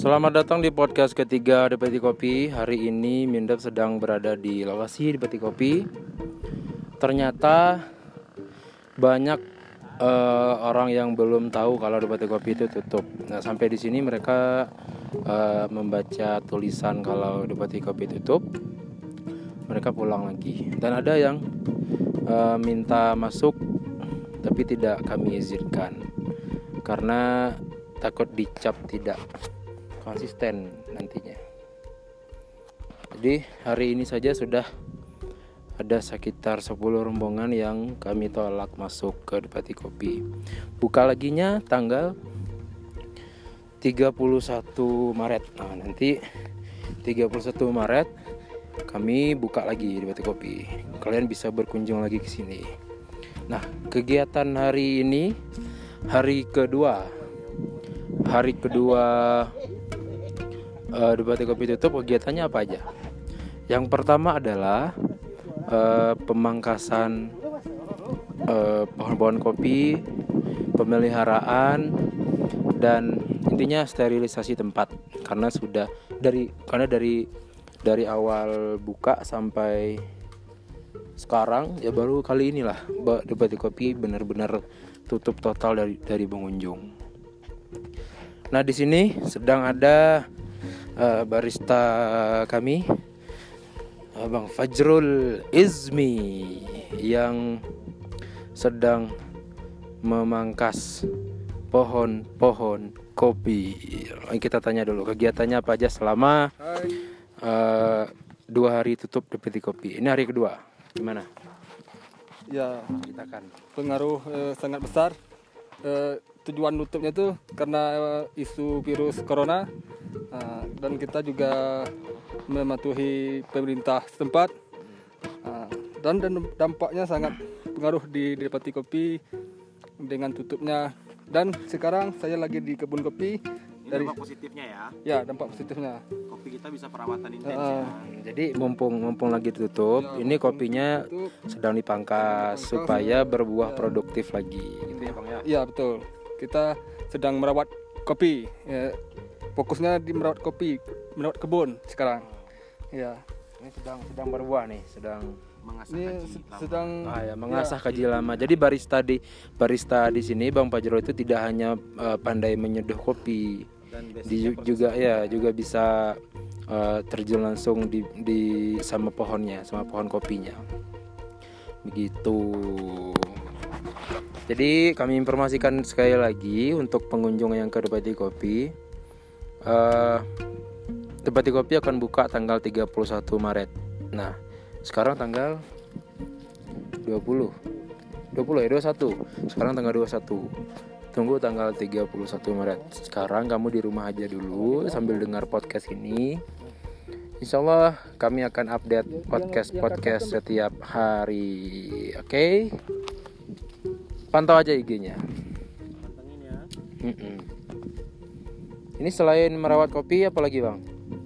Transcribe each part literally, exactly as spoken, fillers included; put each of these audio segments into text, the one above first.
Selamat datang di podcast ketiga The Peti Kopi. Hari ini Mindep sedang berada di lokasi The Peti Kopi. Ternyata banyak uh, orang yang belum tahu kalau The Peti Kopi itu tutup. Nah, sampai di sini mereka uh, membaca tulisan kalau The Peti Kopi tutup. Mereka pulang lagi. Dan ada yang uh, minta masuk tapi tidak kami izinkan karena takut dicap tidak konsisten nantinya. Jadi hari ini saja sudah ada sekitar sepuluh rombongan yang kami tolak masuk ke The Peti Kopi. Buka laginya tanggal tiga puluh satu Maret. Nah, nanti tiga puluh satu Maret kami buka lagi di The Peti Kopi. Kalian bisa berkunjung lagi ke sini. Nah, kegiatan hari ini hari kedua. Hari kedua Uh, The Peti Kopi tutup. Kegiatannya apa aja? Yang pertama adalah uh, pemangkasan uh, pohon-pohon kopi, pemeliharaan, dan intinya sterilisasi tempat karena sudah dari karena dari dari awal buka sampai sekarang ya baru kali inilah The Peti Kopi benar-benar tutup total dari dari pengunjung. Nah, di sini sedang ada Uh, barista kami, Bang Fajrul Izmi, yang sedang memangkas pohon-pohon kopi. Kita tanya dulu kegiatannya apa aja selama uh, dua hari tutup The Peti Kopi. Ini hari kedua, gimana? Ya, kita kan pengaruh eh, sangat besar. Eh, tujuan tutupnya tuh karena eh, isu virus corona. Uh, dan kita juga mematuhi pemerintah setempat, uh, dan, dan dampaknya sangat pengaruh di, di Peti Kopi dengan tutupnya. Dan sekarang saya lagi di kebun kopi. Ini dari dampak positifnya ya. Ya, dampak positifnya. Kopi kita bisa perawatan intens uh, ya. Jadi mumpung mumpung lagi tutup, ya, ini kopinya tutup, sedang dipangkas supaya berbuah ya, produktif lagi. Gitu ya, Bang ya. Iya, betul. Kita sedang merawat kopi. Ya. Fokusnya di merawat kopi, merawat kebun sekarang. Ya. Ini sedang sedang berbuah nih, sedang mengasah ini kaji lama. sedang ah, ya, mengasah ya, kaji lama. Jadi barista di barista di sini Bang Fajrul itu tidak hanya uh, pandai menyeduh kopi, dan di, juga ya juga bisa uh, terjun langsung di, di sama pohonnya, sama pohon kopinya. Begitu. Jadi kami informasikan sekali lagi untuk pengunjung yang ke The Peti Kopi. Uh, The Peti Kopi akan buka tanggal tiga puluh satu Maret. Nah, sekarang tanggal dua puluh dua puluh ya dua puluh satu. Sekarang tanggal dua puluh satu. Tunggu tanggal tiga puluh satu Maret. Sekarang kamu di rumah aja dulu sambil dengar podcast ini. Insyaallah kami akan update podcast-podcast setiap hari. Oke. Okay? Pantau aja I G-nya. Pantengin ya. Mm-mm. Ini selain merawat kopi apa lagi, Bang?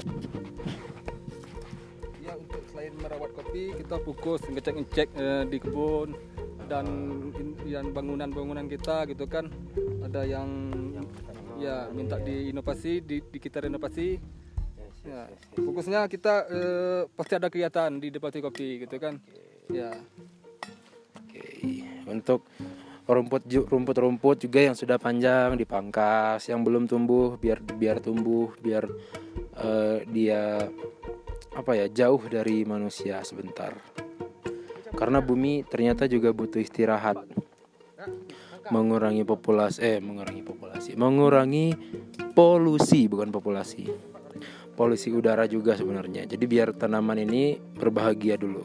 Ya, untuk selain merawat kopi kita fokus ngecek-ngecek eh, di kebun dan yang bangunan-bangunan kita gitu kan. Ada yang ya minta diinovasi, di, di kita renovasi. Ya, fokusnya kita eh, pasti ada kegiatan di The Peti Kopi gitu kan. Ya. Oke. Untuk rumput rumput-rumput juga yang sudah panjang dipangkas, yang belum tumbuh biar biar tumbuh, biar uh, dia apa ya jauh dari manusia sebentar. Karena bumi ternyata juga butuh istirahat, mengurangi populasi, eh mengurangi populasi, mengurangi polusi bukan populasi, polusi udara juga sebenarnya. Jadi biar tanaman ini berbahagia dulu.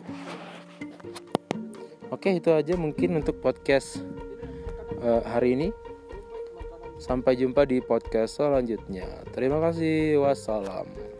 Oke, itu aja mungkin untuk podcast Uh, hari ini. Sampai jumpa di podcast selanjutnya. Terima kasih. Wassalam.